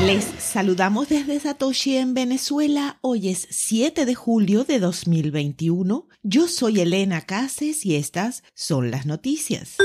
Les saludamos desde Satoshi en Venezuela. Hoy es 7 de julio de 2021. Yo soy Elena Cases y estas son las noticias.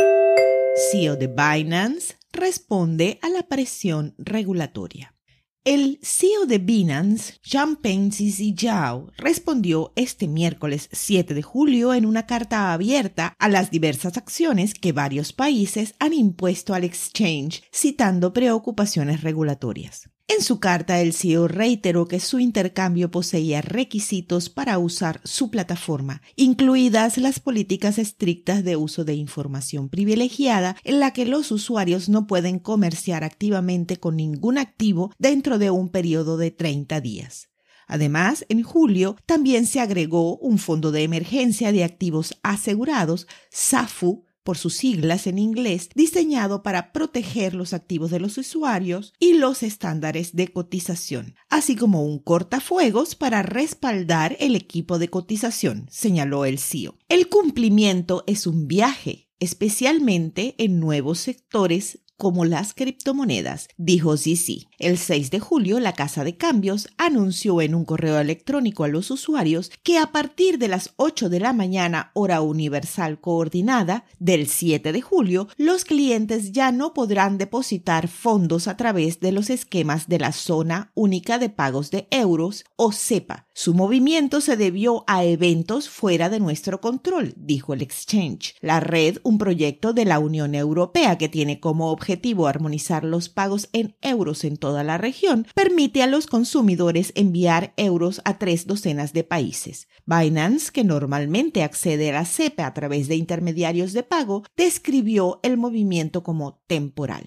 CEO de Binance responde a la presión regulatoria. El CEO de Binance, Changpeng Zhao, respondió este miércoles 7 de julio en una carta abierta a las diversas acciones que varios países han impuesto al exchange, citando preocupaciones regulatorias. En su carta, el CEO reiteró que su intercambio poseía requisitos para usar su plataforma, incluidas las políticas estrictas de uso de información privilegiada en la que los usuarios no pueden comerciar activamente con ningún activo dentro de un periodo de 30 días. Además, en julio también se agregó un fondo de emergencia de activos asegurados, SAFU, por sus siglas en inglés, diseñado para proteger los activos de los usuarios y los estándares de cotización, así como un cortafuegos para respaldar el equipo de cotización, señaló el CEO. El cumplimiento es un viaje, especialmente en nuevos sectores como las criptomonedas, dijo ZC. El 6 de julio, la casa de cambios anunció en un correo electrónico a los usuarios que a partir de las 8 de la mañana, hora universal coordinada, del 7 de julio, los clientes ya no podrán depositar fondos a través de los esquemas de la Zona Única de Pagos de Euros, o SEPA. Su movimiento se debió a eventos fuera de nuestro control, dijo el exchange. La red, un proyecto de la Unión Europea que tiene como objetivo armonizar los pagos en euros en toda la región, permite a los consumidores enviar euros a 3 docenas de países. Binance, que normalmente accede a la SEPA a través de intermediarios de pago, describió el movimiento como temporal.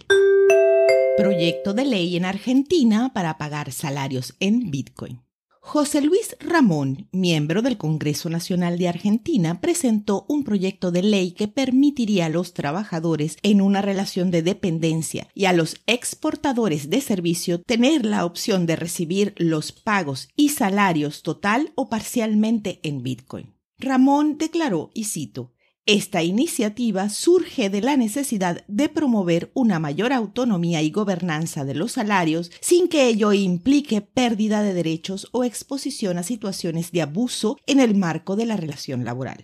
Proyecto de ley en Argentina para pagar salarios en Bitcoin. José Luis Ramón, miembro del Congreso Nacional de Argentina, presentó un proyecto de ley que permitiría a los trabajadores en una relación de dependencia y a los exportadores de servicio tener la opción de recibir los pagos y salarios total o parcialmente en Bitcoin. Ramón declaró, y cito, esta iniciativa surge de la necesidad de promover una mayor autonomía y gobernanza de los salarios sin que ello implique pérdida de derechos o exposición a situaciones de abuso en el marco de la relación laboral.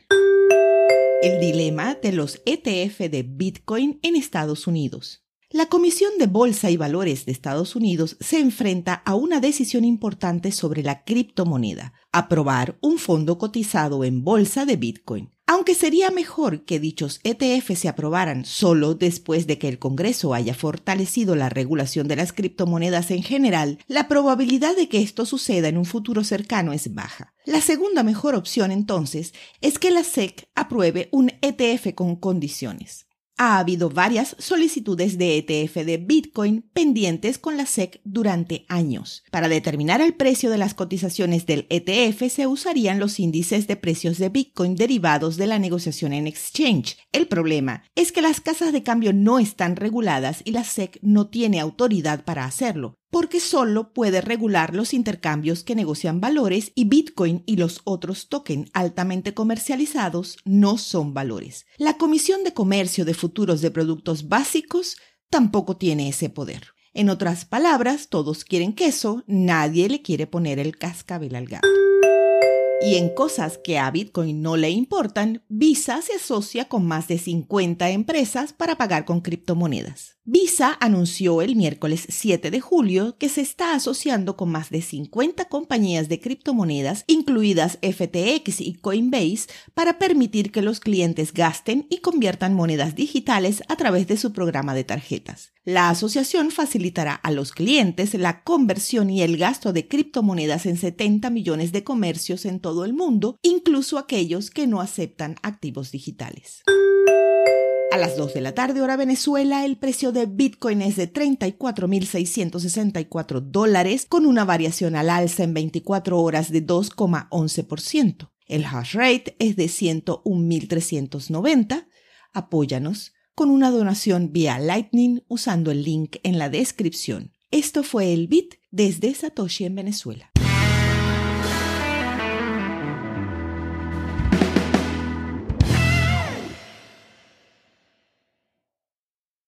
El dilema de los ETF de Bitcoin en Estados Unidos. La Comisión de Bolsa y Valores de Estados Unidos se enfrenta a una decisión importante sobre la criptomoneda, aprobar un fondo cotizado en bolsa de Bitcoin. Aunque sería mejor que dichos ETF se aprobaran solo después de que el Congreso haya fortalecido la regulación de las criptomonedas en general, la probabilidad de que esto suceda en un futuro cercano es baja. La segunda mejor opción, entonces, es que la SEC apruebe un ETF con condiciones. Ha habido varias solicitudes de ETF de Bitcoin pendientes con la SEC durante años. Para determinar el precio de las cotizaciones del ETF se usarían los índices de precios de Bitcoin derivados de la negociación en exchange. El problema es que las casas de cambio no están reguladas y la SEC no tiene autoridad para hacerlo, porque solo puede regular los intercambios que negocian valores y Bitcoin y los otros tokens altamente comercializados no son valores. La Comisión de Comercio de Futuros de Productos Básicos tampoco tiene ese poder. En otras palabras, todos quieren queso, nadie le quiere poner el cascabel al gato. Y en cosas que a Bitcoin no le importan, Visa se asocia con más de 50 empresas para pagar con criptomonedas. Visa anunció el miércoles 7 de julio que se está asociando con más de 50 compañías de criptomonedas, incluidas FTX y Coinbase, para permitir que los clientes gasten y conviertan monedas digitales a través de su programa de tarjetas. La asociación facilitará a los clientes la conversión y el gasto de criptomonedas en 70 millones de comercios en todo el mundo, incluso aquellos que no aceptan activos digitales. A las 2 de la tarde, hora Venezuela, el precio de Bitcoin es de $34,664, con una variación al alza en 24 horas de 2,11%. El hash rate es de 101.390. Apóyanos con una donación vía Lightning usando el link en la descripción. Esto fue el Bit desde Satoshi en Venezuela.